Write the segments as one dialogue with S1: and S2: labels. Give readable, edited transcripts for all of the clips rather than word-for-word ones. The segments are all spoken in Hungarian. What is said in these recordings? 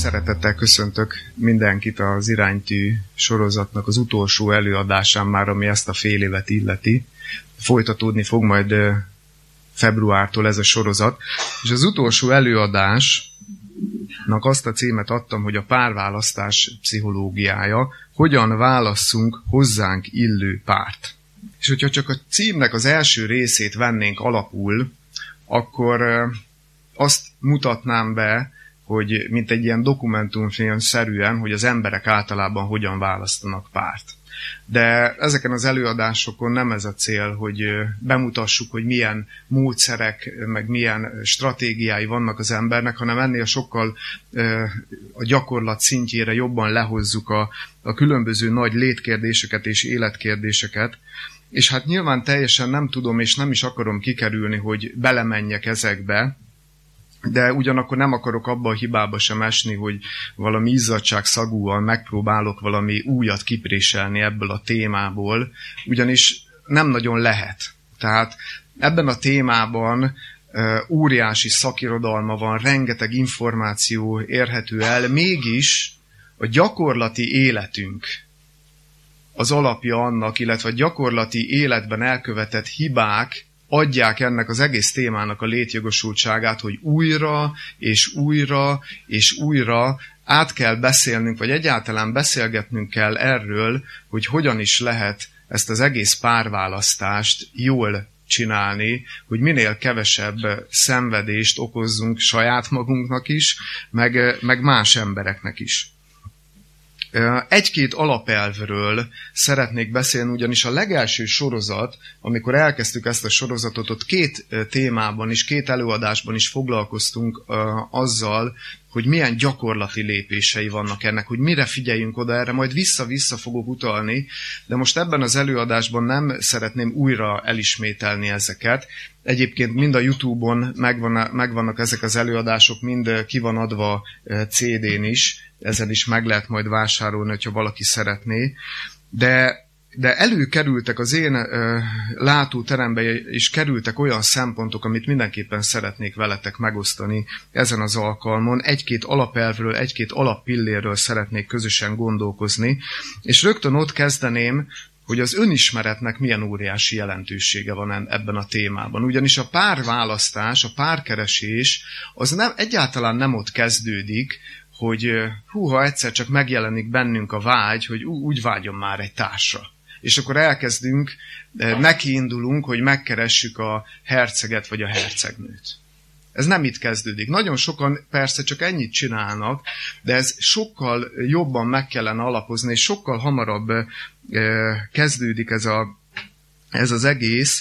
S1: Szeretettel köszöntök mindenkit az Iránytű sorozatnak az utolsó előadásán már, ami ezt a fél évet illeti. Folytatódni fog majd februártól ez a sorozat. És az utolsó előadásnak azt a címet adtam, hogy a párválasztás pszichológiája, hogyan válasszunk hozzánk illő párt. És hogyha csak a címnek az első részét vennénk alapul, akkor azt mutatnám be, hogy mint egy ilyen dokumentumfilm-szerűen, hogy az emberek általában hogyan választanak párt. De ezeken az előadásokon nem ez a cél, hogy bemutassuk, hogy milyen módszerek, meg milyen stratégiái vannak az embernek, hanem ennél sokkal a gyakorlat szintjére jobban lehozzuk a különböző nagy létkérdéseket és életkérdéseket. És hát nyilván teljesen nem tudom, és nem is akarom kikerülni, hogy belemenjek ezekbe, de ugyanakkor nem akarok abba a hibába sem esni, hogy valami izzadságszagúan megpróbálok valami újat kipréselni ebből a témából, ugyanis nem nagyon lehet. Tehát ebben a témában óriási szakirodalma van, rengeteg információ érhető el, mégis a gyakorlati életünk az alapja annak, illetve a gyakorlati életben elkövetett hibák adják ennek az egész témának a létjogosultságát, hogy újra és újra és újra át kell beszélnünk, vagy egyáltalán beszélgetnünk kell erről, hogy hogyan is lehet ezt az egész párválasztást jól csinálni, hogy kevesebb szenvedést okozzunk saját magunknak is, meg más embereknek is. Egy-két alapelvről szeretnék beszélni, ugyanis a legelső sorozat, amikor elkezdtük ezt a sorozatot, ott két témában is, két előadásban is foglalkoztunk azzal, hogy milyen gyakorlati lépései vannak ennek, hogy mire figyeljünk oda, erre majd vissza-vissza fogok utalni, de most ebben az előadásban nem szeretném újra elismételni ezeket. Egyébként mind a YouTube-on megvannak ezek az előadások, mind ki van adva CD-n is, ezen is meg lehet majd vásárolni, hogyha valaki szeretné. De előkerültek az én látóterembe, és kerültek olyan szempontok, amit mindenképpen szeretnék veletek megosztani ezen az alkalmon. Egy-két alapelvről, egy-két alappillérről szeretnék közösen gondolkozni, és rögtön ott kezdeném, hogy az önismeretnek milyen óriási jelentősége van ebben a témában. Ugyanis a párválasztás, a párkeresés, az egyáltalán nem ott kezdődik, hogy ha egyszer csak megjelenik bennünk a vágy, hogy úgy vágyom már egy társra. És akkor elkezdünk, nekiindulunk, hogy megkeressük a herceget vagy a hercegnőt. Ez nem itt kezdődik. Nagyon sokan persze csak ennyit csinálnak, de ez sokkal jobban meg kellene alapozni, és sokkal hamarabb kezdődik ez az egész.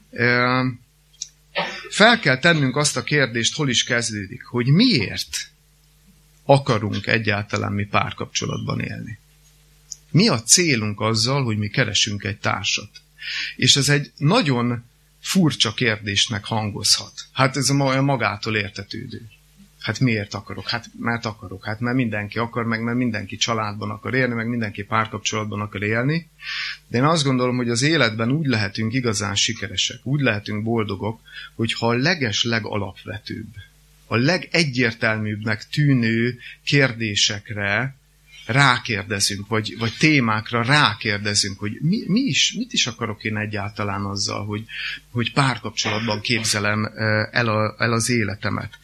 S1: Fel kell tennünk azt a kérdést, hol is kezdődik, hogy miért akarunk egyáltalán mi párkapcsolatban élni. Mi a célunk azzal, hogy mi keresünk egy társat? És ez egy nagyon furcsa kérdésnek hangozhat. Hát ez magától értetődő. Hát miért akarok? Hát mert akarok. Hát mert mindenki akar, meg mert mindenki családban akar élni, meg mindenki párkapcsolatban akar élni. De én azt gondolom, hogy az életben úgy lehetünk igazán sikeresek, úgy lehetünk boldogok, hogyha a legalapvetőbb, a legegyértelműbbnek tűnő kérdésekre rákérdezünk, vagy témákra rákérdezünk, hogy mit is akarok én egyáltalán azzal, hogy párkapcsolatban képzelem el az életemet.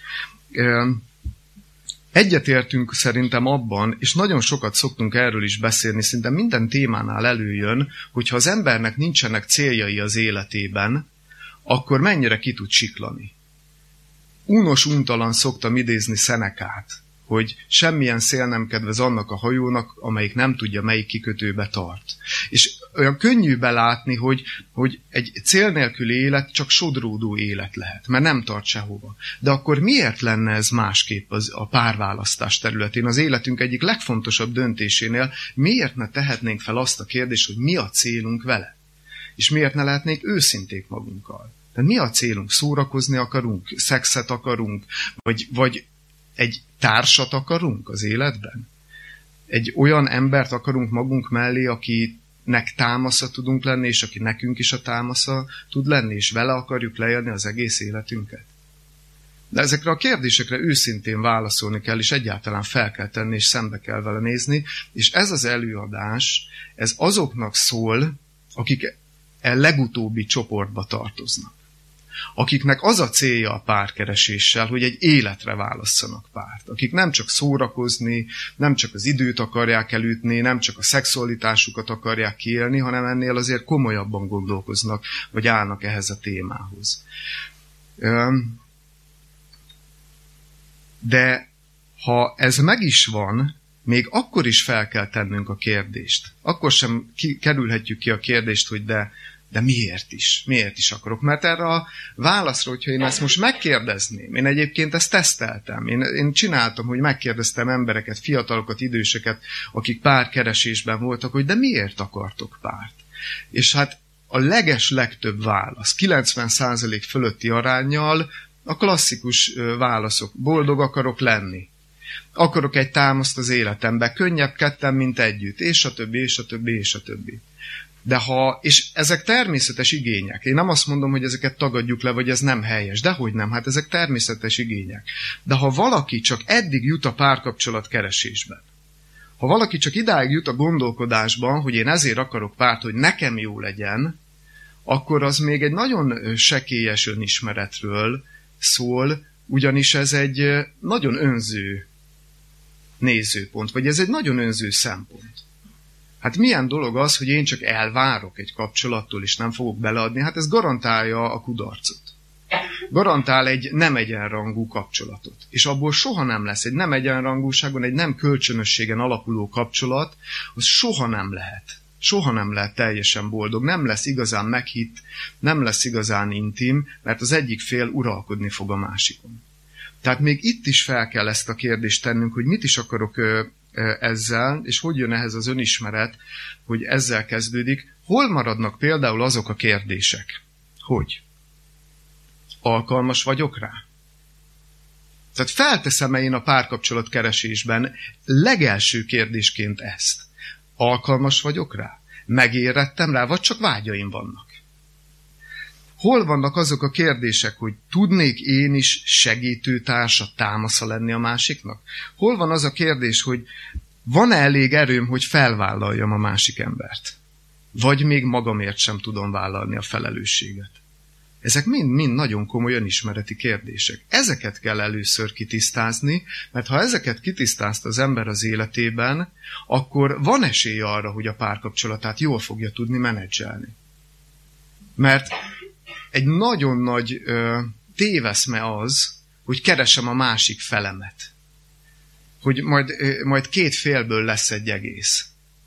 S1: Egyetértünk szerintem abban, és nagyon sokat szoktunk erről is beszélni, szinte minden témánál előjön, hogyha az embernek nincsenek céljai az életében, akkor mennyire ki tud siklani. Unos untalan szoktam idézni Szenekát, hogy semmilyen szél nem kedvez annak a hajónak, amelyik nem tudja, melyik kikötőbe tart. És olyan könnyű belátni, hogy egy cél nélküli élet csak sodródó élet lehet, mert nem tart sehova. De akkor miért lenne ez másképp a párválasztás területén? Az életünk egyik legfontosabb döntésénél miért ne tehetnénk fel azt a kérdést, hogy mi a célunk vele? És miért ne lehetnénk őszinték magunkkal? Tehát mi a célunk? Szórakozni akarunk? Szexet akarunk? Vagy egy társat akarunk az életben? Egy olyan embert akarunk magunk mellé, akinek támasza tudunk lenni, és aki nekünk is a támasza tud lenni, és vele akarjuk leélni az egész életünket? De ezekre a kérdésekre őszintén válaszolni kell, és egyáltalán fel kell tenni, és szembe kell vele nézni, és ez az előadás, ez azoknak szól, akik legutóbbi csoportba tartoznak. Akiknek az a célja a párkereséssel, hogy egy életre válasszanak párt. Akik nem csak szórakozni, nem csak az időt akarják elütni, nem csak a szexualitásukat akarják kiélni, hanem ennél azért komolyabban gondolkoznak, vagy állnak ehhez a témához. De ha ez meg is van, még akkor is fel kell tennünk a kérdést. Akkor sem kerülhetjük ki a kérdést, hogy de miért is? Miért is akarok? Mert erre a válaszra, hogyha én ezt most megkérdezném, én egyébként ezt teszteltem. Én csináltam, hogy megkérdeztem embereket, fiatalokat, időseket, akik párkeresésben voltak, hogy de miért akartok párt? És hát a legtöbb válasz, 90% fölötti aránnyal a klasszikus válaszok. Boldog akarok lenni. Akarok egy támaszt az életembe, könnyebb ketten, mint együtt, és a többi, és a többi, és a többi. És ezek természetes igények. Én nem azt mondom, hogy ezeket tagadjuk le, vagy ez nem helyes. Dehogy nem, hát ezek természetes igények. De ha valaki csak eddig jut a párkapcsolat keresésben, ha valaki csak idáig jut a gondolkodásban, hogy én ezért akarok párt, hogy nekem jó legyen, akkor az még egy nagyon sekélyes önismeretről szól, ugyanis ez egy nagyon önző nézőpont, vagy ez egy nagyon önző szempont. Hát milyen dolog az, hogy én csak elvárok egy kapcsolattól, és nem fogok beleadni? Hát ez garantálja a kudarcot. Garantál egy nem egyenrangú kapcsolatot. És abból soha nem lesz egy nem egyenrangúságon, egy nem kölcsönösségen alapuló kapcsolat, az soha nem lehet. Soha nem lehet teljesen boldog, nem lesz igazán meghitt, nem lesz igazán intim, mert az egyik fél uralkodni fog a másikon. Tehát még itt is fel kell ezt a kérdést tennünk, hogy mit is akarok ezzel, és hogy jön ehhez az önismeret, hogy ezzel kezdődik. Hol maradnak például azok a kérdések, hogy alkalmas vagyok rá? Tehát felteszem-e én a párkapcsolat keresésben legelső kérdésként ezt? Alkalmas vagyok rá? Megérettem rá, vagy csak vágyaim vannak? Hol vannak azok a kérdések, hogy tudnék én is segítőtársa, támasza lenni a másiknak? Hol van az a kérdés, hogy van-e elég erőm, hogy felvállaljam a másik embert? Vagy még magamért sem tudom vállalni a felelősséget? Ezek mind nagyon komoly önismereti kérdések. Ezeket kell először kitisztázni, mert ha ezeket kitisztázta az ember az életében, akkor van esély arra, hogy a párkapcsolatát jól fogja tudni menedzselni. Mert egy nagyon nagy téveszme az, hogy keresem a másik felemet. Hogy majd két félből lesz egy egész.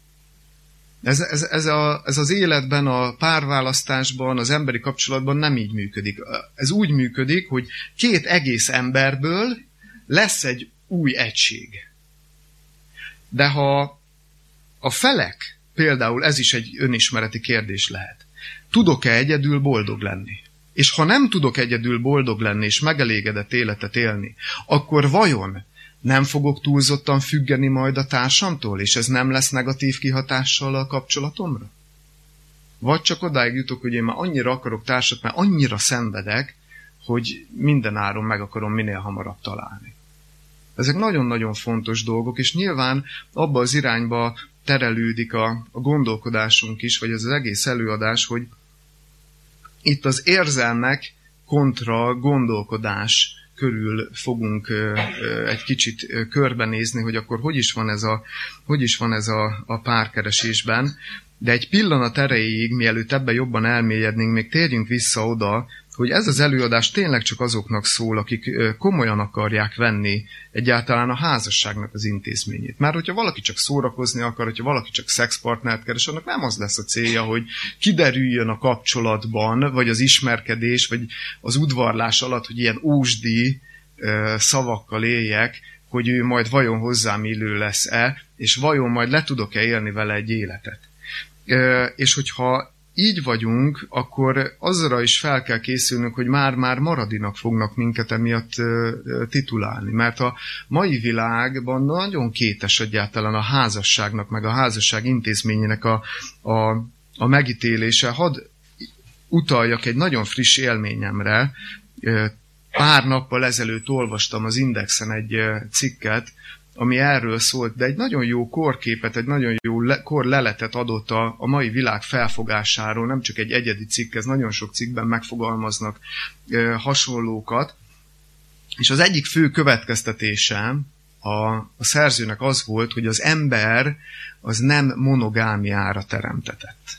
S1: Ez az életben, a párválasztásban, az emberi kapcsolatban nem így működik. Ez úgy működik, hogy két egész emberből lesz egy új egység. De ha a felek, például ez is egy önismereti kérdés lehet, tudok-e egyedül boldog lenni? És ha nem tudok egyedül boldog lenni és megelégedett életet élni, akkor vajon nem fogok túlzottan függeni majd a társamtól, és ez nem lesz negatív kihatással a kapcsolatomra? Vagy csak odáig jutok, hogy én már annyira akarok társat, mert annyira szenvedek, hogy minden áron meg akarom minél hamarabb találni. Ezek nagyon-nagyon fontos dolgok, és nyilván abba az irányba terelődik a gondolkodásunk is, vagy ez az egész előadás, hogy itt az érzelmek kontra gondolkodás körül fogunk egy kicsit körbenézni, hogy akkor hogy is van ez a párkeresésben. De egy pillanat erejéig, mielőtt ebben jobban elmélyednénk, még térjünk vissza oda, hogy ez az előadás tényleg csak azoknak szól, akik komolyan akarják venni egyáltalán a házasságnak az intézményét. Mert hogyha valaki csak szórakozni akar, hogyha valaki csak szexpartnert keres, annak nem az lesz a célja, hogy kiderüljön a kapcsolatban, vagy az ismerkedés, vagy az udvarlás alatt, hogy ilyen ósdi szavakkal éljek, hogy ő majd vajon hozzám illő lesz-e, és vajon majd le tudok-e élni vele egy életet. És hogyha így vagyunk, akkor azzal is fel kell készülnünk, hogy már Maradinak fognak minket emiatt titulálni. Mert a mai világban nagyon kétes egyáltalán a házasságnak, meg a házasság intézményének a megítélése. Hadd utaljak egy nagyon friss élményemre. pár nappal ezelőtt olvastam az Indexen egy cikket, ami erről szólt, de egy nagyon jó korképet, egy nagyon jó korleletet adott a mai világ felfogásáról, nem csak egy egyedi cikk, ez nagyon sok cikkben megfogalmaznak hasonlókat. És az egyik fő következtetése a szerzőnek az volt, hogy az ember az nem monogámiára teremtetett.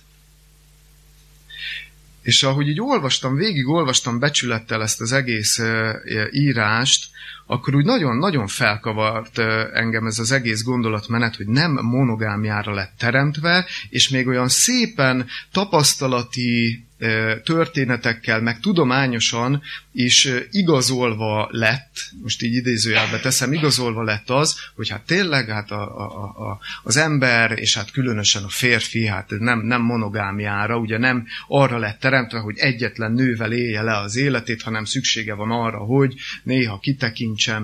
S1: És ahogy így végigolvastam becsülettel ezt az egész írást, akkor úgy nagyon-nagyon felkavart engem ez az egész gondolatmenet, hogy nem monogámiára lett teremtve, és még olyan szépen tapasztalati történetekkel, meg tudományosan is igazolva lett, most így idézőjelbe teszem, igazolva lett az, hogy hát tényleg hát az ember, és hát különösen a férfi, hát nem monogámiára, ugye nem arra lett teremtve, hogy egyetlen nővel élje le az életét, hanem szüksége van arra, hogy néha kitekintsen,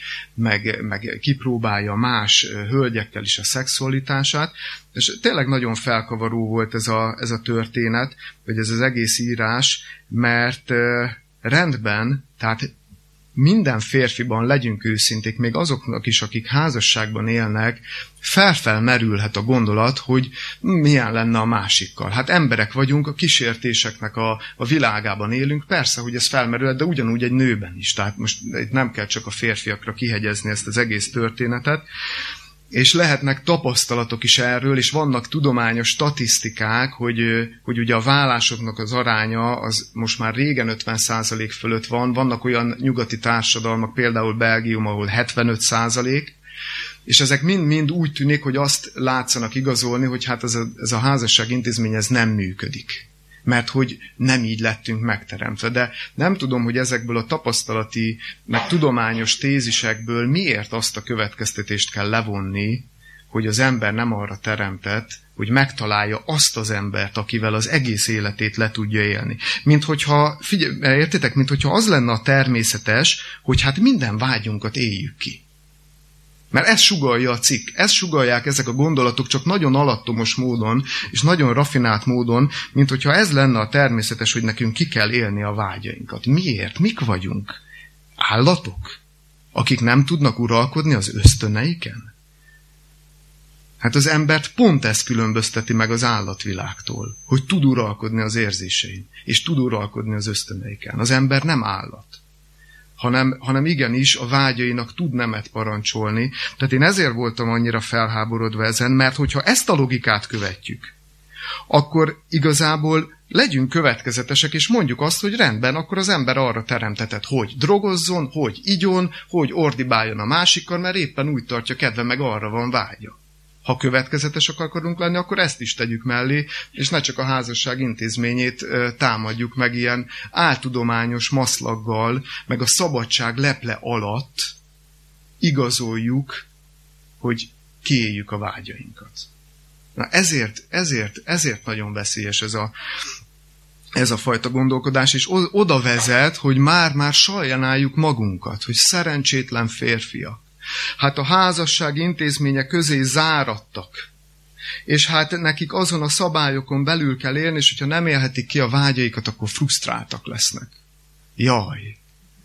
S1: meg kipróbálja más hölgyekkel is a szexualitását. És tényleg nagyon felkavaró volt ez a történet, vagy ez az egész írás, mert rendben, tehát minden férfiban legyünk őszinték, még azoknak is, akik házasságban élnek, felmerülhet a gondolat, hogy milyen lenne a másikkal. Hát emberek vagyunk, a kísértéseknek a világában élünk, persze, hogy ez felmerülhet, de ugyanúgy egy nőben is. Tehát most itt nem kell csak a férfiakra kihegyezni ezt az egész történetet. És lehetnek tapasztalatok is erről, és vannak tudományos statisztikák, hogy ugye a vállásoknak az aránya az most már régen 50% fölött van. Vannak olyan nyugati társadalmak, például Belgium, ahol 75%, és ezek mind úgy tűnik, hogy azt látszanak igazolni, hogy hát ez a házasság intézmény ez nem működik. Mert hogy nem így lettünk megteremtve. De nem tudom, hogy ezekből a tapasztalati, meg tudományos tézisekből miért azt a következtetést kell levonni, hogy az ember nem arra teremtett, hogy megtalálja azt az embert, akivel az egész életét le tudja élni. Értitek, mint hogyha az lenne a természetes, hogy hát minden vágyunkat éljük ki. Mert ezt sugallja a cikk, ezt sugallják ezek a gondolatok csak nagyon alattomos módon, és nagyon raffinált módon, mint hogyha ez lenne a természetes, hogy nekünk ki kell élni a vágyainkat. Miért? Mik vagyunk? Állatok? Akik nem tudnak uralkodni az ösztöneiken? Hát az embert pont ez különbözteti meg az állatvilágtól, hogy tud uralkodni az érzésein, és tud uralkodni az ösztöneiken. Az ember nem állat. Hanem igenis a vágyainak tud nemet parancsolni. Tehát én ezért voltam annyira felháborodva ezen, mert hogyha ezt a logikát követjük, akkor igazából legyünk következetesek, és mondjuk azt, hogy rendben, akkor az ember arra teremtetett, hogy drogozzon, hogy igyon, hogy ordibáljon a másikkal, mert éppen úgy tartja kedve, meg arra van vágya. Ha következetesek akarunk lenni, akkor ezt is tegyük mellé, és ne csak a házasság intézményét támadjuk meg ilyen áltudományos maszlaggal, meg a szabadság leple alatt igazoljuk, hogy kiéljük a vágyainkat. Na ezért nagyon veszélyes ez a fajta gondolkodás, és oda vezet, hogy már sajnáljuk magunkat, hogy szerencsétlen férfiak. Hát a házasság intézménye közé záradtak. És hát nekik azon a szabályokon belül kell élni, és hogyha nem élhetik ki a vágyaikat, akkor frusztráltak lesznek. Jaj!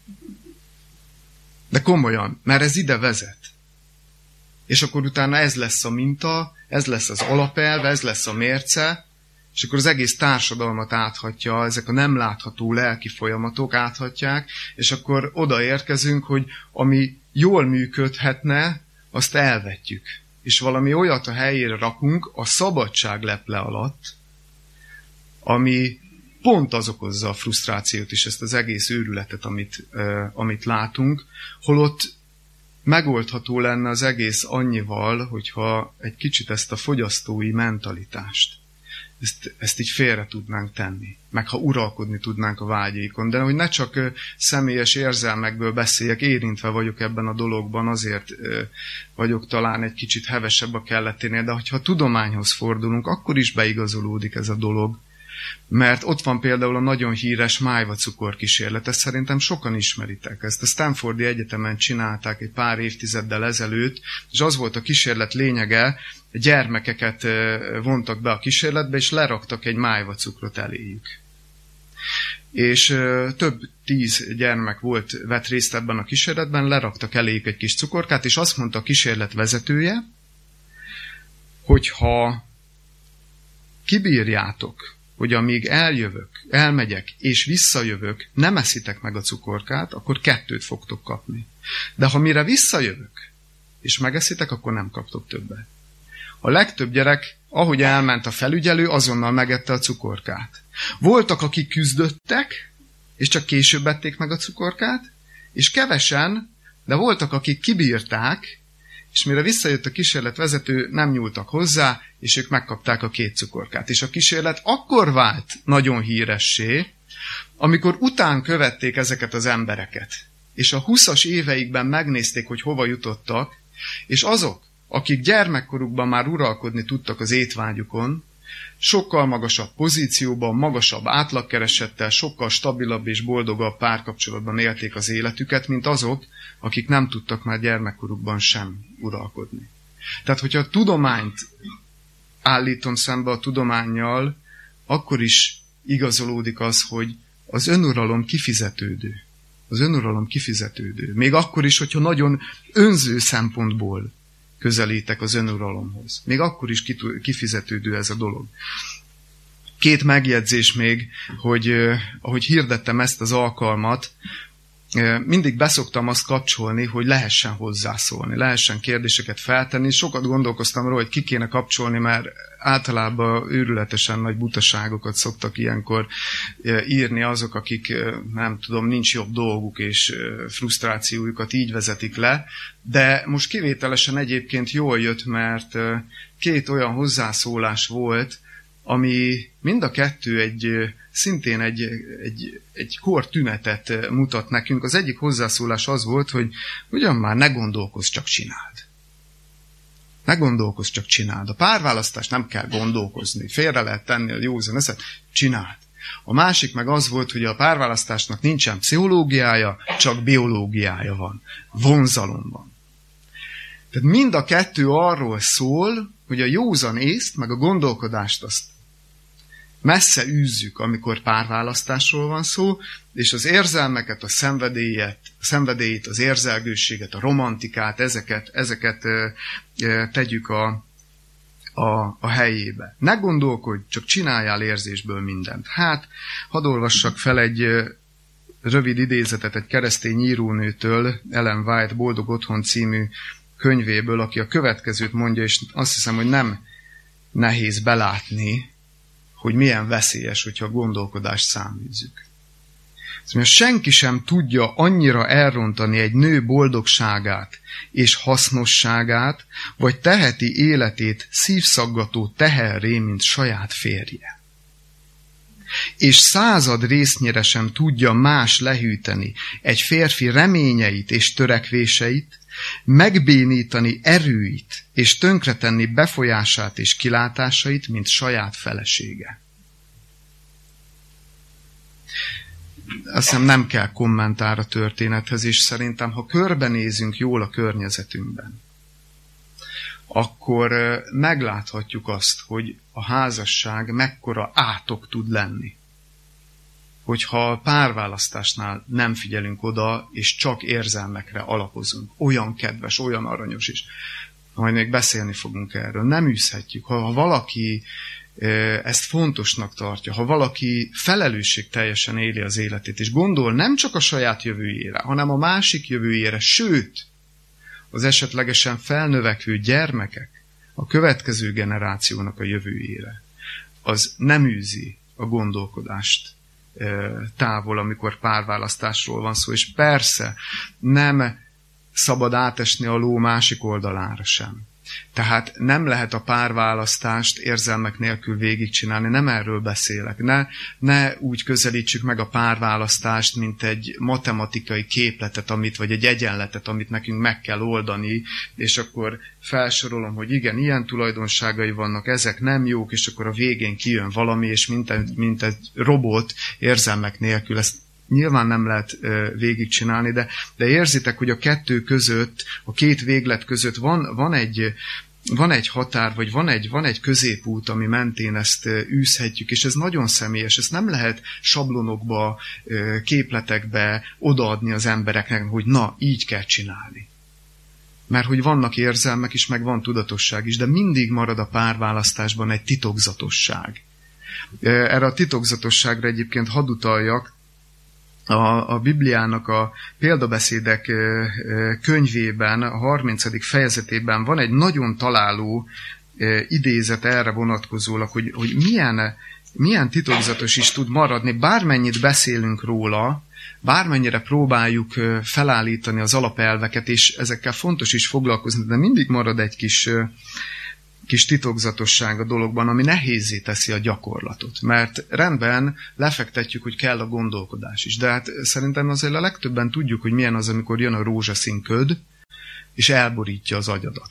S1: De komolyan, mert ez ide vezet. És akkor utána ez lesz a minta, ez lesz az alapelv, ez lesz a mérce, és akkor az egész társadalmat áthatja, ezek a nem látható lelki folyamatok áthatják, és akkor odaérkezünk, hogy ami jól működhetne, azt elvetjük. És valami olyat a helyére rakunk a szabadság leple alatt, ami pont az okozza a frusztrációt és ezt az egész őrületet, amit látunk, holott megoldható lenne az egész annyival, hogyha egy kicsit ezt a fogyasztói mentalitást, ezt így félre tudnánk tenni, meg ha uralkodni tudnánk a vágyaikon. De hogy ne csak személyes érzelmekből beszéljek, érintve vagyok ebben a dologban, azért vagyok talán egy kicsit hevesebb a kelleténél, de hogyha a tudományhoz fordulunk, akkor is beigazolódik ez a dolog. Mert ott van például a nagyon híres májva cukorkísérlet, ezt szerintem sokan ismeritek. Ezt a Stanfordi Egyetemen csinálták egy pár évtizeddel ezelőtt, és az volt a kísérlet lényege, gyermekeket vontak be a kísérletbe, és leraktak egy májva cukrot eléjük. és több 10 gyermek vett részt ebben a kísérletben, leraktak eléjük egy kis cukorkát, és azt mondta a kísérlet vezetője, hogy ha kibírjátok, hogy amíg elmegyek és visszajövök, nem eszitek meg a cukorkát, akkor 2 fogtok kapni. De ha mire visszajövök, és megeszitek, akkor nem kaptok többet. A legtöbb gyerek, ahogy elment a felügyelő, azonnal megette a cukorkát. Voltak, akik küzdöttek, és csak később ették meg a cukorkát, és kevesen, de voltak, akik kibírták, és mire visszajött a kísérletvezető, nem nyúltak hozzá, és ők megkapták a 2 cukorkát. És a kísérlet akkor vált nagyon híressé, amikor után követték ezeket az embereket. És a 20-as éveikben megnézték, hogy hova jutottak, és azok, akik gyermekkorukban már uralkodni tudtak az étvágyukon, sokkal magasabb pozícióban, magasabb átlagkeresettel, sokkal stabilabb és boldogabb párkapcsolatban élték az életüket, mint azok, akik nem tudtak már gyermekkorukban sem uralkodni. Tehát, hogyha a tudományt állítom szembe a tudománnyal, akkor is igazolódik az, hogy az önuralom kifizetődő. Az önuralom kifizetődő. Még akkor is, hogyha nagyon önző szempontból közelítek az önuralomhoz. Még akkor is kifizetődő ez a dolog. 2 megjegyzés még, hogy ahogy hirdettem ezt az alkalmat, mindig beszoktam azt kapcsolni, hogy lehessen hozzászólni, lehessen kérdéseket feltenni. Sokat gondolkoztam róla, hogy ki kéne kapcsolni, mert általában őrületesen nagy butaságokat szoktak ilyenkor írni azok, akik nem tudom, nincs jobb dolguk, és frusztrációjukat így vezetik le. De most kivételesen egyébként jól jött, mert 2 olyan hozzászólás volt, ami mind a 2 szintén egy kortünetet mutat nekünk. Az egyik hozzászólás az volt, hogy ugyan már ne gondolkozz, csak csináld. Ne gondolkozz, csak csináld. A párválasztást nem kell gondolkozni. Félre lehet tenni a józan eszet, csináld. A másik meg az volt, hogy a párválasztásnak nincsen pszichológiája, csak biológiája van. Vonzalom van. Tehát mind a 2 arról szól, hogy a józan észt, meg a gondolkodást azt messze űzzük, amikor párválasztásról van szó, és az érzelmeket, a szenvedélyt, az érzelgősséget, a romantikát, ezeket tegyük a helyébe. Ne gondolkodj, csak csináljál érzésből mindent. Hát, hadd olvassak fel egy rövid idézetet egy keresztény írónőtől, Ellen White Boldog Otthon című könyvéből, aki a következőt mondja, és azt hiszem, hogy nem nehéz belátni, hogy milyen veszélyes, hogyha a gondolkodást száműzzük. Senki sem tudja annyira elrontani egy nő boldogságát és hasznosságát, vagy teheti életét szívszaggató teherré, mint saját férje. És 100 résznyire sem tudja más lehűteni egy férfi reményeit és törekvéseit, megbénítani erőit és tönkretenni befolyását és kilátásait, mint saját felesége. Azt hiszem nem kell kommentár a történethez, és szerintem, ha körbenézünk jól a környezetünkben, akkor megláthatjuk azt, hogy a házasság mekkora átok tud lenni. Hogyha a párválasztásnál nem figyelünk oda, és csak érzelmekre alapozunk. Olyan kedves, olyan aranyos is. Majd még beszélni fogunk erről. Nem űzhetjük. Ha valaki ezt fontosnak tartja, ha valaki felelősségteljesen éli az életét, és gondol nem csak a saját jövőjére, hanem a másik jövőjére, sőt, az esetlegesen felnövekvő gyermekek, a következő generációnak a jövőjére, az nem űzi a gondolkodást távol, amikor párválasztásról van szó, és persze nem szabad átesni a ló másik oldalára sem. Tehát nem lehet a párválasztást érzelmek nélkül végigcsinálni, nem erről beszélek. Ne úgy közelítsük meg a párválasztást, mint egy matematikai képletet, vagy egy egyenletet, amit nekünk meg kell oldani, és akkor felsorolom, hogy igen, ilyen tulajdonságai vannak, ezek nem jók, és akkor a végén kijön valami, és mint egy robot érzelmek nélkül. Ezt nyilván nem lehet végigcsinálni, de érzitek, hogy a 2 között, a 2 véglet között van egy van egy határ, vagy van egy középút, ami mentén ezt űzhetjük, és ez nagyon személyes, ezt nem lehet sablonokba, képletekbe odaadni az embereknek, hogy na, így kell csinálni. Mert hogy vannak érzelmek is, meg van tudatosság is, de mindig marad a párválasztásban egy titokzatosság. Erre a titokzatosságra egyébként hadd utaljak, a Bibliának a példabeszédek könyvében, a 30. fejezetében van egy nagyon találó idézet erre vonatkozólag, hogy milyen titokzatos is tud maradni, bármennyit beszélünk róla, bármennyire próbáljuk felállítani az alapelveket, és ezekkel fontos is foglalkozni, de mindig marad egy kis titokzatosság a dologban, ami nehézzé teszi a gyakorlatot. Mert rendben lefektetjük, hogy kell a gondolkodás is. De hát szerintem azért a legtöbben tudjuk, hogy milyen az, amikor jön a rózsaszín köd, és elborítja az agyadat.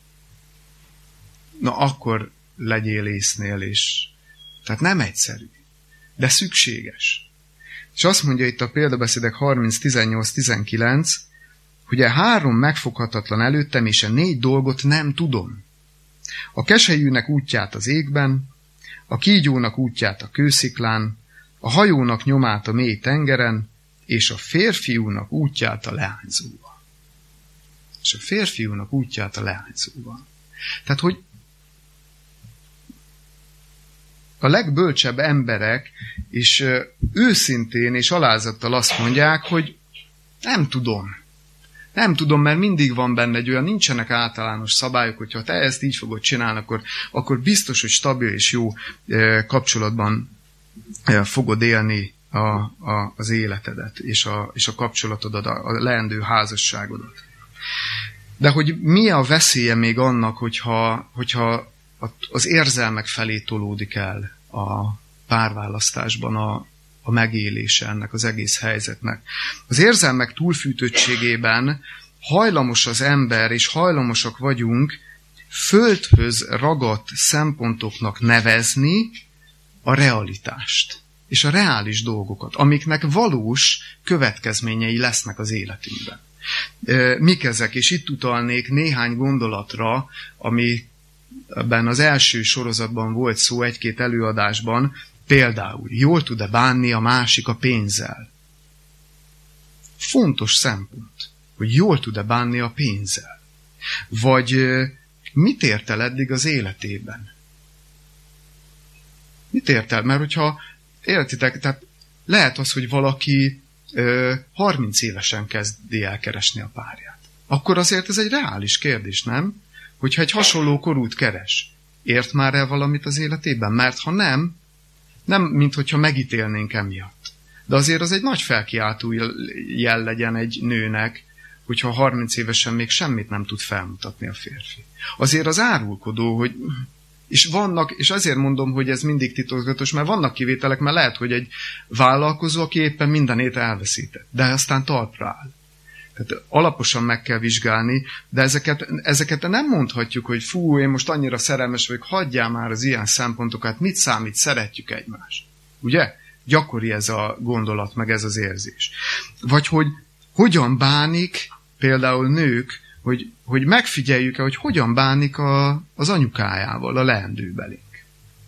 S1: Na akkor legyél észnél, és tehát nem egyszerű, de szükséges. És azt mondja itt a példabeszédek 30.18-19, hogy a 3 megfoghatatlan előttem, és a 4 dolgot nem tudom. A keselyűnek útját az égben, a kígyónak útját a kősziklán, a hajónak nyomát a mély tengeren, és a férfiúnak útját a leányzóval. És a férfiúnak útját a leányzóval. Tehát, hogy a legbölcsebb emberek is őszintén és alázattal azt mondják, hogy nem tudom. Nem tudom, mert mindig van benne egy olyan, nincsenek általános szabályok, hogyha te ezt így fogod csinálni, akkor biztos, hogy stabil és jó kapcsolatban fogod élni az életedet, és a kapcsolatodat, a leendő házasságodat. De hogy mi a veszélye még annak, hogyha az érzelmek felé tolódik el a párválasztásban a megélése ennek az egész helyzetnek. Az érzelmek túlfűtöttségében hajlamos az ember, és hajlamosak vagyunk földhöz ragadt szempontoknak nevezni a realitást, és a reális dolgokat, amiknek valós következményei lesznek az életünkben. Mik ezek? És itt utalnék néhány gondolatra, amiben az első sorozatban volt szó, 1-2 előadásban. Például, jól tud-e bánni a másik a pénzzel? Fontos szempont, hogy jól tud-e bánni a pénzzel. Vagy mit ért el eddig az életében? Mit ért el? Mert hogyha értitek, tehát lehet az, hogy valaki 30 évesen kezdi el keresni a párját. Akkor azért ez egy reális kérdés, nem? Hogyha egy hasonló korút keres, ért már el valamit az életében? Mert ha nem, minthogyha megítélnénk emiatt. De azért az egy nagy felkiáltó jel legyen egy nőnek, hogyha 30 évesen még semmit nem tud felmutatni a férfi. Azért az árulkodó, hogy... És azért mondom, hogy ez mindig titokzatos, mert vannak kivételek, mert lehet, hogy egy vállalkozó, aki éppen mindenét elveszített, de aztán talpra áll. Tehát alaposan meg kell vizsgálni, de ezeket nem mondhatjuk, hogy fú, én most annyira szerelmes vagyok, hagyjál már az ilyen szempontokat, mit számít, szeretjük egymást. Ugye? Gyakori ez a gondolat, meg ez az érzés. Vagy hogy hogyan bánik például nők, hogy megfigyeljük-e, hogy hogyan bánik az anyukájával, a leendőbelénk.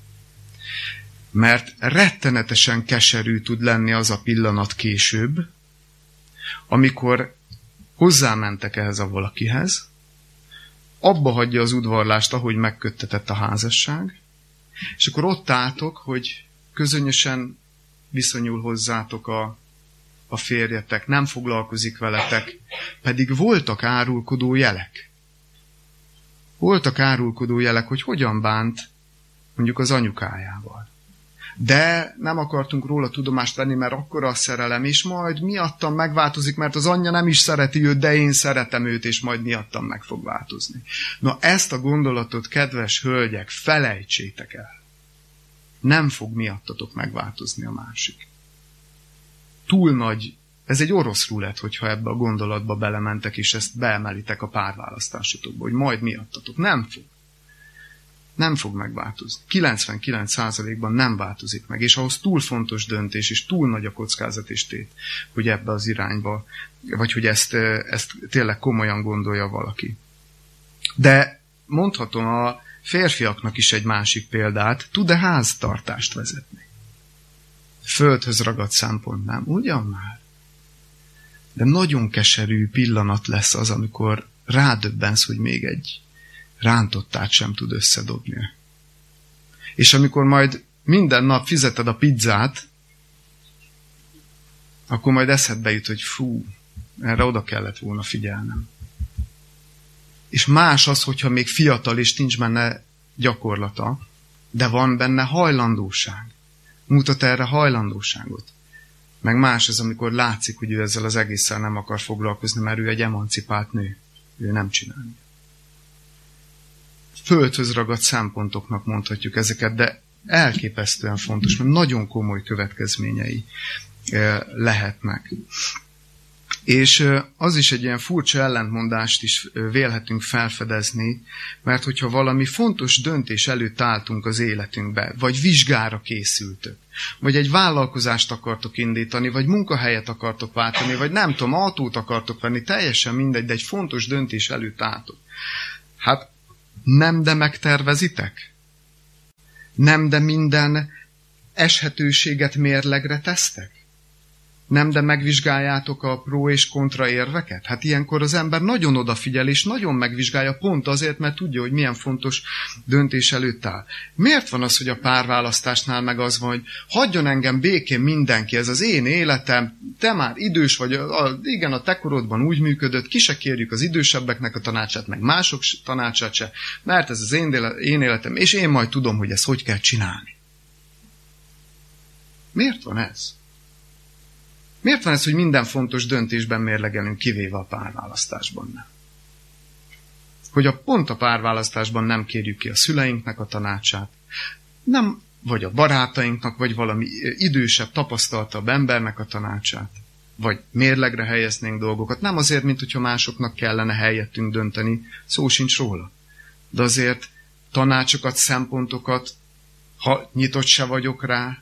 S1: Mert rettenetesen keserű tud lenni az a pillanat később, amikor hozzámentek ehhez a valakihez, abba hagyja az udvarlást, ahogy megköttetett a házasság, és akkor ott álltok, hogy közönösen viszonyul hozzátok a férjetek, nem foglalkozik veletek, pedig voltak árulkodó jelek. Voltak árulkodó jelek, hogy hogyan bánt mondjuk az anyukájával. De nem akartunk róla tudomást venni, mert akkora a szerelem, és majd miattam megváltozik, mert az anyja nem is szereti őt, de én szeretem őt, és majd miattam meg fog változni. Na ezt a gondolatot, kedves hölgyek, felejtsétek el. Nem fog miattatok megváltozni a másik. Túl nagy, ez egy orosz rulett, hogyha ebbe a gondolatba belementek, és ezt beemelitek a párválasztásotokba, hogy majd miattatok. Nem fog. Nem fog megváltozni. 99%-ban nem változik meg, és ahhoz túl fontos döntés, és túl nagy a kockázat és tét, hogy ebbe az irányba, vagy hogy ezt tényleg komolyan gondolja valaki. De mondhatom a férfiaknak is egy másik példát, tud-e háztartást vezetni? Földhöz ragadt szempont nem, ugyan már? De nagyon keserű pillanat lesz az, amikor rádöbbensz, hogy még egy rántottát sem tud összedobni. És amikor majd minden nap fizeted a pizzát, akkor majd eszedbe jut, hogy fú, erre oda kellett volna figyelnem. És más az, hogyha még fiatal és nincs benne gyakorlata, de van benne hajlandóság. Mutat erre hajlandóságot. Meg más az, amikor látszik, hogy ő ezzel az egésszel nem akar foglalkozni, mert ő egy emancipált nő. Ő nem csinálja. Földhöz ragadt szempontoknak mondhatjuk ezeket, de elképesztően fontos, mert nagyon komoly következményei lehetnek. És az is egy ilyen furcsa ellentmondást is vélhetünk felfedezni, mert hogyha valami fontos döntés előtt álltunk az életünkbe, vagy vizsgára készültök, vagy egy vállalkozást akartok indítani, vagy munkahelyet akartok váltani, vagy nem tudom, autót akartok venni, teljesen mindegy, de egy fontos döntés előtt álltok. Hát nem, de megtervezitek? Nem, de minden eshetőséget mérlegre tesztek? Nem, de megvizsgáljátok a pró és kontra érveket? Hát ilyenkor az ember nagyon odafigyel, és nagyon megvizsgálja pont azért, mert tudja, hogy milyen fontos döntés előtt áll. Miért van az, hogy a párválasztásnál meg az van, hogy hagyjon engem békén mindenki, ez az én életem, te már idős vagy, igen, a te korodban úgy működött, ki se kérjük az idősebbeknek a tanácsát, meg mások tanácsát se, mert ez az én életem, és én majd tudom, hogy ezt hogy kell csinálni. Miért van ez? Miért van ez, hogy minden fontos döntésben mérlegelünk, kivéve a párválasztásban nem? Hogy pont a párválasztásban nem kérjük ki a szüleinknek a tanácsát, nem, vagy a barátainknak, vagy valami idősebb, tapasztaltabb embernek a tanácsát, vagy mérlegre helyeznénk dolgokat. Nem azért, mint hogyha másoknak kellene helyettünk dönteni, szó sincs róla. De azért tanácsokat, szempontokat, ha nyitott se vagyok rá,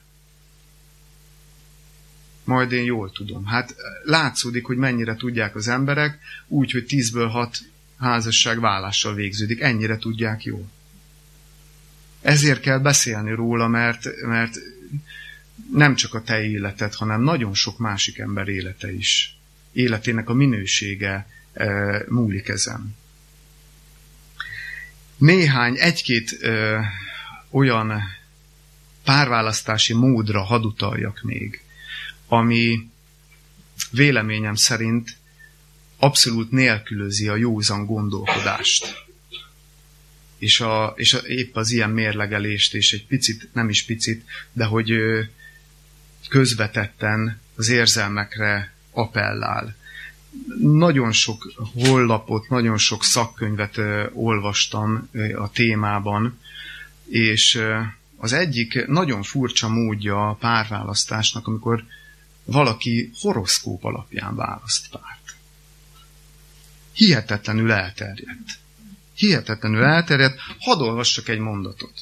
S1: majd én jól tudom. Hát látszódik, hogy mennyire tudják az emberek, úgy, hogy 10-ből 6 házasság válással végződik. Ennyire tudják jól. Ezért kell beszélni róla, mert nem csak a te életed, hanem nagyon sok másik ember élete is. Életének a minősége múlik ezen. Egy-két olyan párválasztási módra hadd utaljak még, ami véleményem szerint abszolút nélkülözi a józan gondolkodást. És épp az ilyen mérlegelést, és egy picit, nem is picit, de hogy közvetetten az érzelmekre appellál. Nagyon sok honlapot, nagyon sok szakkönyvet olvastam a témában, és az egyik nagyon furcsa módja a párválasztásnak, amikor valaki horoszkóp alapján választ párt. Hihetetlenül elterjedt. Hihetetlenül elterjedt. Hadd olvassak egy mondatot.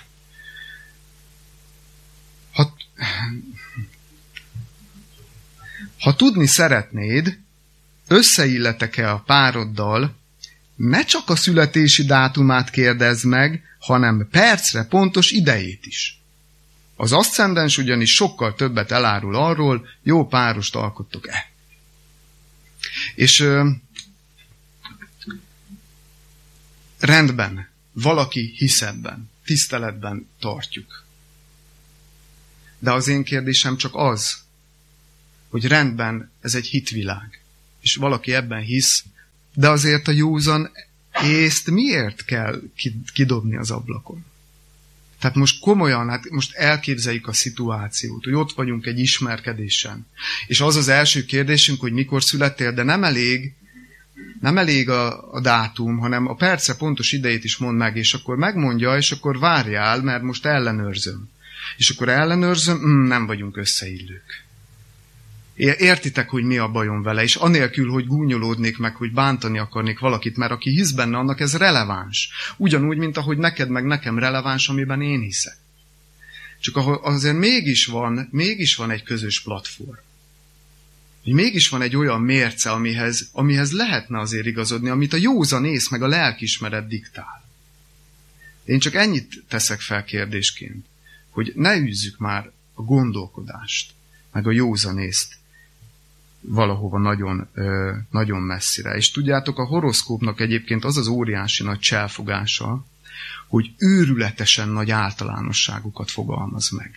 S1: Ha tudni szeretnéd, összeilletek-e a pároddal, ne csak a születési dátumát kérdezd meg, hanem percre pontos idejét is. Az aszcendens ugyanis sokkal többet elárul arról, jó párost alkottok-e. És rendben, valaki hisz ebben, tiszteletben tartjuk. De az én kérdésem csak az, hogy rendben, ez egy hitvilág, és valaki ebben hisz, de azért a józan észt miért kell kidobni az ablakon? Tehát most komolyan, hát most elképzeljük a szituációt, hogy ott vagyunk egy ismerkedésen. És az az első kérdésünk, hogy mikor születtél, de nem elég a dátum, hanem a perce pontos idejét is mondd meg, és akkor megmondja, és akkor várjál, mert most ellenőrzöm. És akkor ellenőrzöm, nem vagyunk összeillők. Értitek, hogy mi a bajom vele, és anélkül, hogy gúnyolódnék meg, hogy bántani akarnék valakit, mert aki hisz benne, annak ez releváns. Ugyanúgy, mint ahogy neked meg nekem releváns, amiben én hiszek. Csak azért mégis van egy közös platform. Mégis van egy olyan mérce, amihez lehetne azért igazodni, amit a józan ész meg a lelkiismeret diktál. Én csak ennyit teszek fel kérdésként, hogy ne űzzük már a gondolkodást, meg a józanészt valahova nagyon, nagyon messzire. És tudjátok, a horoszkópnak egyébként az az óriási nagy cselfogása, hogy őrületesen nagy általánosságokat fogalmaz meg.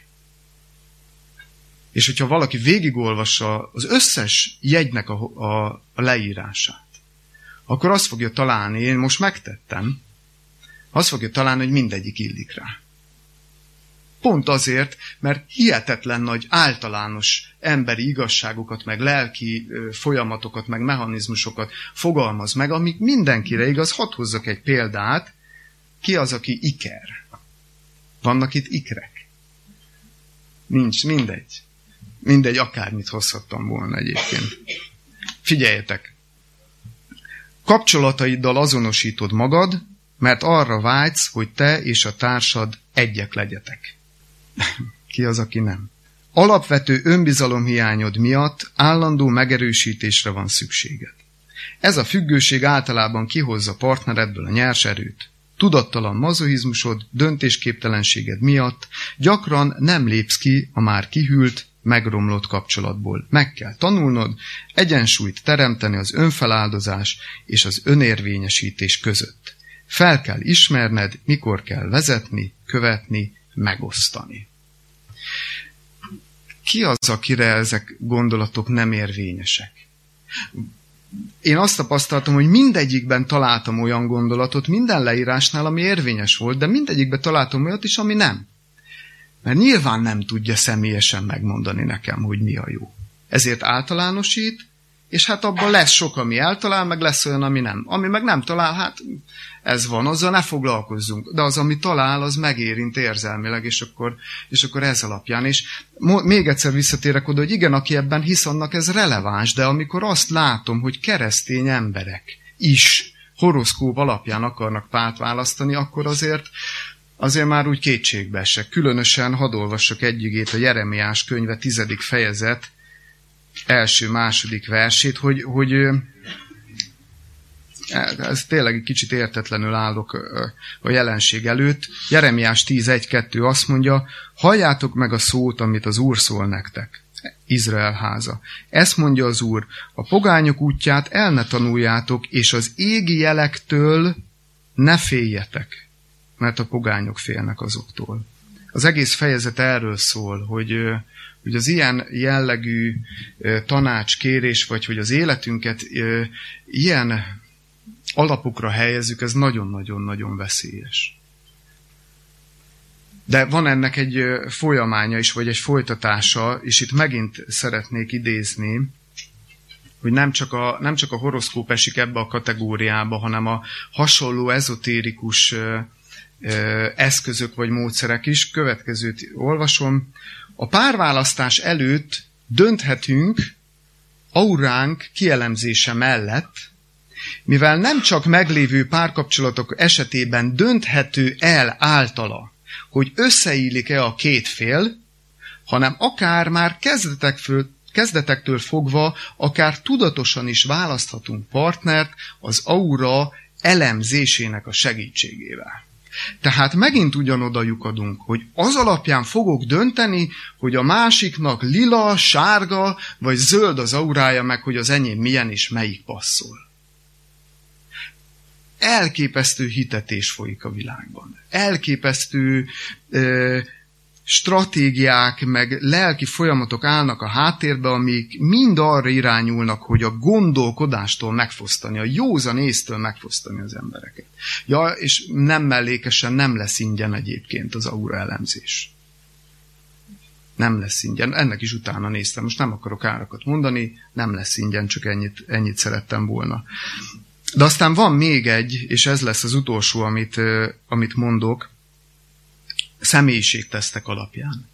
S1: És hogyha valaki végigolvassa az összes jegynek a leírását, akkor azt fogja találni, én most megtettem, azt fogja találni, hogy mindegyik illik rá. Pont azért, mert hihetetlen nagy általános emberi igazságokat, meg lelki folyamatokat, meg mechanizmusokat fogalmaz meg, amik mindenkire igaz. Hadd hozzak egy példát. Ki az, aki iker? Vannak itt ikrek? Nincs, mindegy. Mindegy, akármit hozhattam volna egyébként. Figyeljetek! Kapcsolataiddal azonosítod magad, mert arra vágysz, hogy te és a társad egyek legyetek. Ki az, aki nem? Alapvető önbizalomhiányod miatt állandó megerősítésre van szükséged. Ez a függőség általában kihozza partneredből a nyers erőt. Tudattalan mazochizmusod, döntésképtelenséged miatt gyakran nem lépsz ki a már kihűlt, megromlott kapcsolatból. Meg kell tanulnod egyensúlyt teremteni az önfeláldozás és az önérvényesítés között. Fel kell ismerned, mikor kell vezetni, követni, megosztani. Ki az, akire ezek gondolatok nem érvényesek? Én azt tapasztaltam, hogy mindegyikben találtam olyan gondolatot, minden leírásnál, ami érvényes volt, de mindegyikben találtam olyat is, ami nem. Mert nyilván nem tudja személyesen megmondani nekem, hogy mi a jó. Ezért általánosít, és hát abban lesz sok, ami eltalál, meg lesz olyan, ami nem. Ami meg nem talál, hát ez van, azzal ne foglalkozzunk. De az, ami talál, az megérint érzelmileg, és akkor ez alapján. És még egyszer visszatérek oda, hogy igen, aki ebben hisz, annak ez releváns, de amikor azt látom, hogy keresztény emberek is horoszkóp alapján akarnak párt választani, akkor azért már úgy kétségbe esek. Különösen hadd olvassak egy igét, a Jeremiás könyve 10. fejezet, első-második versét, hogy ez tényleg egy kicsit értetlenül állok a jelenség előtt. Jeremiás 10.1.2 azt mondja, halljátok meg a szót, amit az Úr szól nektek, Izrael háza. Ezt mondja az Úr, a pogányok útját el ne tanuljátok, és az égi jelektől ne féljetek, mert a pogányok félnek azoktól. Az egész fejezet erről szól, hogy az ilyen jellegű tanácskérés, vagy hogy az életünket ilyen alapokra helyezzük, ez nagyon-nagyon-nagyon veszélyes. De van ennek egy folyamánya is, vagy egy folytatása, és itt megint szeretnék idézni, hogy nem csak a horoszkóp esik ebbe a kategóriába, hanem a hasonló ezotérikus eszközök vagy módszerek is. Következőt olvasom. A párválasztás előtt dönthetünk auránk kielemzése mellett, mivel nem csak meglévő párkapcsolatok esetében dönthető el általa, hogy összeillik-e a két fél, hanem akár már kezdetektől fogva, akár tudatosan is választhatunk partnert az aura elemzésének a segítségével. Tehát megint ugyanoda lyukadunk, hogy az alapján fogok dönteni, hogy a másiknak lila, sárga vagy zöld az aurája, meg hogy az enyém milyen és melyik passzol. Elképesztő hitetés folyik a világban. Elképesztő stratégiák, meg lelki folyamatok állnak a háttérbe, amik mind arra irányulnak, hogy a gondolkodástól megfosztani, a józan észtől megfosztani az embereket. Ja, és nem mellékesen nem lesz ingyen egyébként az aura elemzés. Nem lesz ingyen. Ennek is utána néztem. Most nem akarok árakat mondani, nem lesz ingyen, csak ennyit szerettem volna. De aztán van még egy, és ez lesz az utolsó, amit mondok, személyiségtesztek alapján.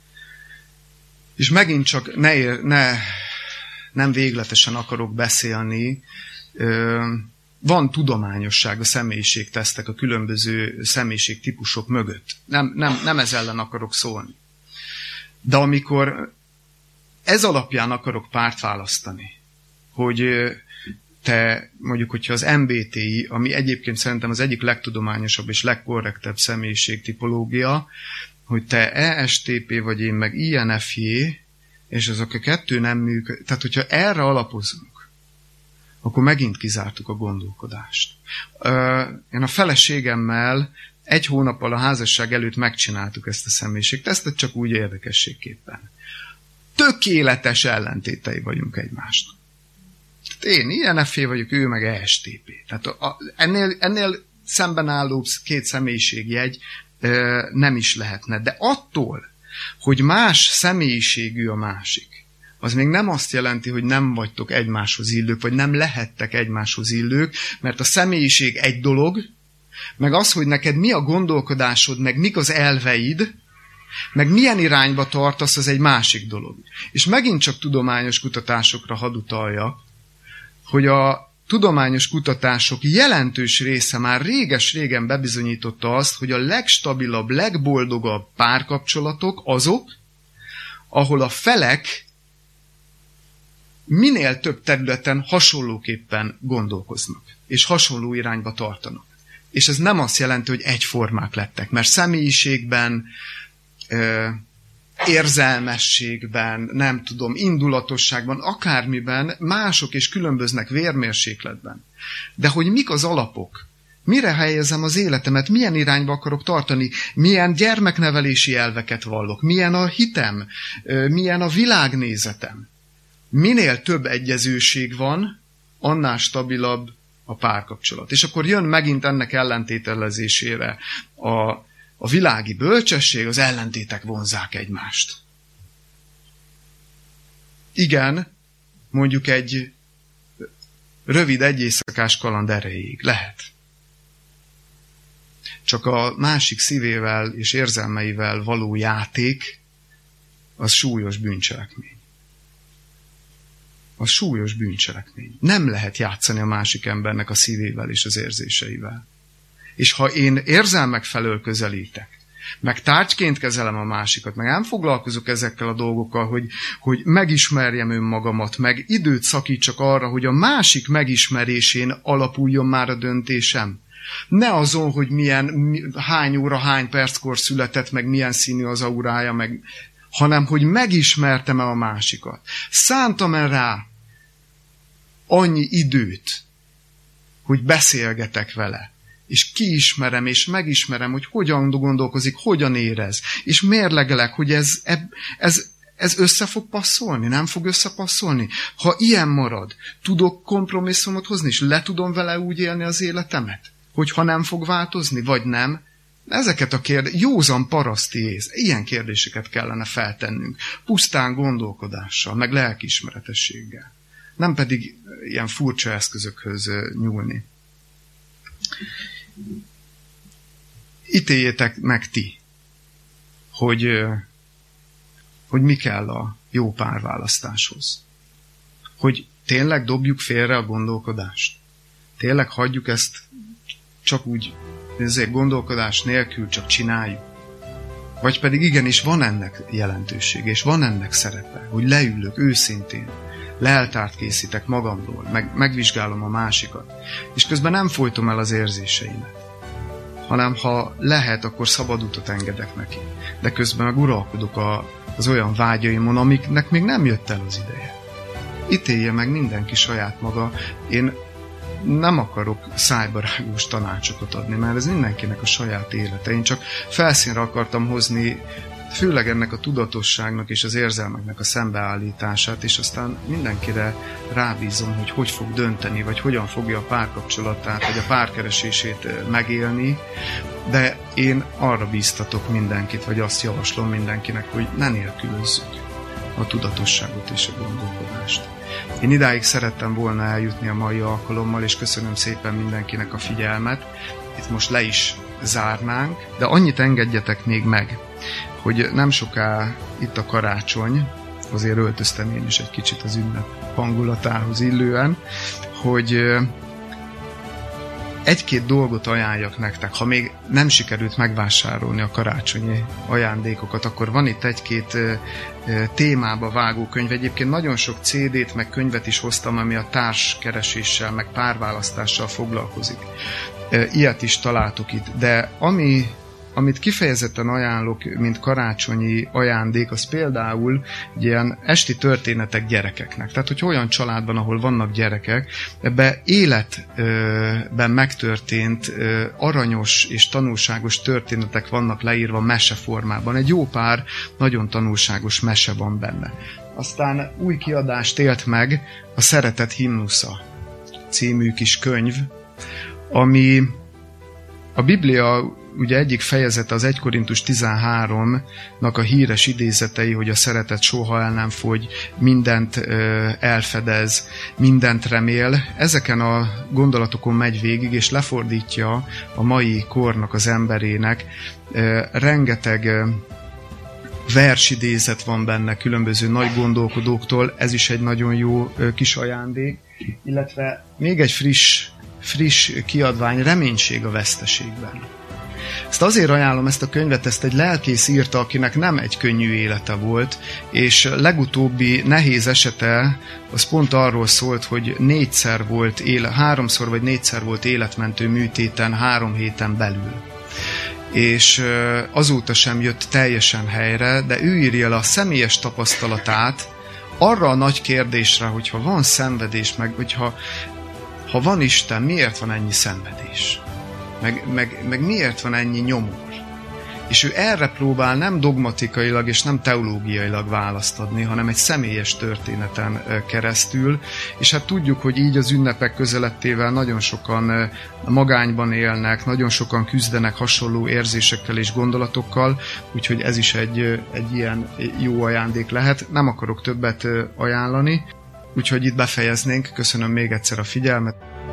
S1: És megint csak nem végletesen akarok beszélni, van tudományosság a személyiségtesztek, a különböző személyiségtípusok mögött. Nem ez ellen akarok szólni. De amikor ez alapján akarok párt választani, hogy te mondjuk, hogyha az MBTI, ami egyébként szerintem az egyik legtudományosabb és legkorrektebb személyiségtipológia, hogy te ESTP vagy én meg INFJ, és azok a kettő nem működik. Tehát, hogyha erre alapozunk, akkor megint kizártuk a gondolkodást. Én a feleségemmel 1 hónappal a házasság előtt megcsináltuk ezt a személyiségtesztet, csak úgy érdekességképpen. Tökéletes ellentétei vagyunk egymást. Tehát én INFJ vagyok, ő meg ESTP. Tehát ennél szemben álló 2 személyiségjegy nem is lehetne. De attól, hogy más személyiségű a másik, az még nem azt jelenti, hogy nem vagytok egymáshoz illők, vagy nem lehettek egymáshoz illők, mert a személyiség egy dolog, meg az, hogy neked mi a gondolkodásod, meg mik az elveid, meg milyen irányba tartasz, az egy másik dolog. És megint csak tudományos kutatásokra hadd utaljak, hogy a tudományos kutatások jelentős része már réges-régen bebizonyította azt, hogy a legstabilabb, legboldogabb párkapcsolatok azok, ahol a felek minél több területen hasonlóképpen gondolkoznak, és hasonló irányba tartanak. És ez nem azt jelenti, hogy egyformák lettek, mert személyiségben, érzelmességben, nem tudom, indulatosságban, akármiben mások és különböznek vérmérsékletben. De hogy mik az alapok? Mire helyezem az életemet? Milyen irányba akarok tartani? Milyen gyermeknevelési elveket vallok? Milyen a hitem? Milyen a világnézetem? Minél több egyezőség van, annál stabilabb a párkapcsolat. És akkor jön megint ennek ellentételezésére a világi bölcsesség, az ellentétek vonzzák egymást. Igen, mondjuk egy rövid egyéjszakás kaland erejéig lehet. Csak a másik szívével és érzelmeivel való játék az súlyos bűncselekmény. Az súlyos bűncselekmény. Nem lehet játszani a másik embernek a szívével és az érzéseivel. És ha én érzelmek felől közelítek, meg tárgyként kezelem a másikat, meg nem foglalkozok ezekkel a dolgokkal, hogy megismerjem önmagamat, meg időt szakítsak arra, hogy a másik megismerésén alapuljon már a döntésem. Ne azon, hogy hány óra, hány perckor született, meg milyen színű az aurája, hanem hogy megismertem-e a másikat. Szántam-e rá annyi időt, hogy beszélgetek vele, és kiismerem, és megismerem, hogy hogyan gondolkozik, hogyan érez, és mérlegelek, hogy ez össze fog passzolni, nem fog összepasszolni. Ha ilyen marad, tudok kompromisszumot hozni, és le tudom vele úgy élni az életemet, hogyha nem fog változni, vagy nem. Ezeket a józan paraszti ész, ilyen kérdéseket kellene feltennünk, pusztán gondolkodással, meg lelkiismeretességgel. Nem pedig ilyen furcsa eszközökhöz nyúlni. Ítéljétek meg ti, hogy mi kell a jó párválasztáshoz. Hogy tényleg dobjuk félre a gondolkodást. Tényleg hagyjuk ezt csak úgy, ezért gondolkodás nélkül csak csináljuk. Vagy pedig igenis van ennek jelentősége, és van ennek szerepe, hogy leülök őszintén, leltárt készítek magamról, megvizsgálom a másikat, és közben nem folytom el az érzéseimet, hanem ha lehet, akkor szabad utat engedek neki. De közben meg uralkodok az olyan vágyaimon, amiknek még nem jött el az ideje. Ítélje meg mindenki saját maga. Én nem akarok szájbarágós tanácsokat adni, mert ez mindenkinek a saját élete. Én csak felszínre akartam hozni főleg ennek a tudatosságnak és az érzelmeknek a szembeállítását, és aztán mindenkire rábízom, hogy fog dönteni, vagy hogyan fogja a párkapcsolatát, vagy a párkeresését megélni, de én arra bíztatok mindenkit, vagy azt javaslom mindenkinek, hogy ne nélkülözzük a tudatosságot és a gondolkodást. Én idáig szerettem volna eljutni a mai alkalommal, és köszönöm szépen mindenkinek a figyelmet. Itt most le is zárnánk, de annyit engedjetek még meg, hogy nem soká itt a karácsony, azért öltöztem én is egy kicsit az ünnep hangulatához illően, hogy egy-két dolgot ajánljak nektek, ha még nem sikerült megvásárolni a karácsonyi ajándékokat, akkor van itt egy-két témába vágó könyv. Egyébként nagyon sok CD-t, meg könyvet is hoztam, ami a társkereséssel, meg párválasztással foglalkozik. Ilyet is találtok itt, de amit kifejezetten ajánlok, mint karácsonyi ajándék, az például ilyen esti történetek gyerekeknek. Tehát, hogy olyan családban, ahol vannak gyerekek, ebbe életben megtörtént aranyos és tanulságos történetek vannak leírva meseformában. Egy jó pár nagyon tanulságos mese van benne. Aztán új kiadást élt meg a Szeretet himnusza című kis könyv, ami a Biblia ugye egyik fejezete az 1 Korintus 13-nak a híres idézetei, hogy a szeretet soha el nem fogy, mindent elfedez, mindent remél. Ezeken a gondolatokon megy végig, és lefordítja a mai kornak az emberének. Rengeteg versidézet van benne különböző nagy gondolkodóktól, ez is egy nagyon jó kis ajándék, illetve még egy friss kiadvány, Reménység a veszteségben. Ezt azért ajánlom, ezt a könyvet, ezt egy lelkész írta, akinek nem egy könnyű élete volt, és legutóbbi nehéz esete az pont arról szólt, hogy 3-szor vagy 4-szer volt életmentő műtéten 3 héten belül. És azóta sem jött teljesen helyre, de ő írja le a személyes tapasztalatát arra a nagy kérdésre, hogyha van szenvedés, meg hogyha van Isten, miért van ennyi szenvedés? Meg miért van ennyi nyomor? És ő erre próbál nem dogmatikailag és nem teológiailag választ adni, hanem egy személyes történeten keresztül, és hát tudjuk, hogy így az ünnepek közelettével nagyon sokan magányban élnek, nagyon sokan küzdenek hasonló érzésekkel és gondolatokkal, úgyhogy ez is egy ilyen jó ajándék lehet. Nem akarok többet ajánlani, úgyhogy itt befejeznénk. Köszönöm még egyszer a figyelmet.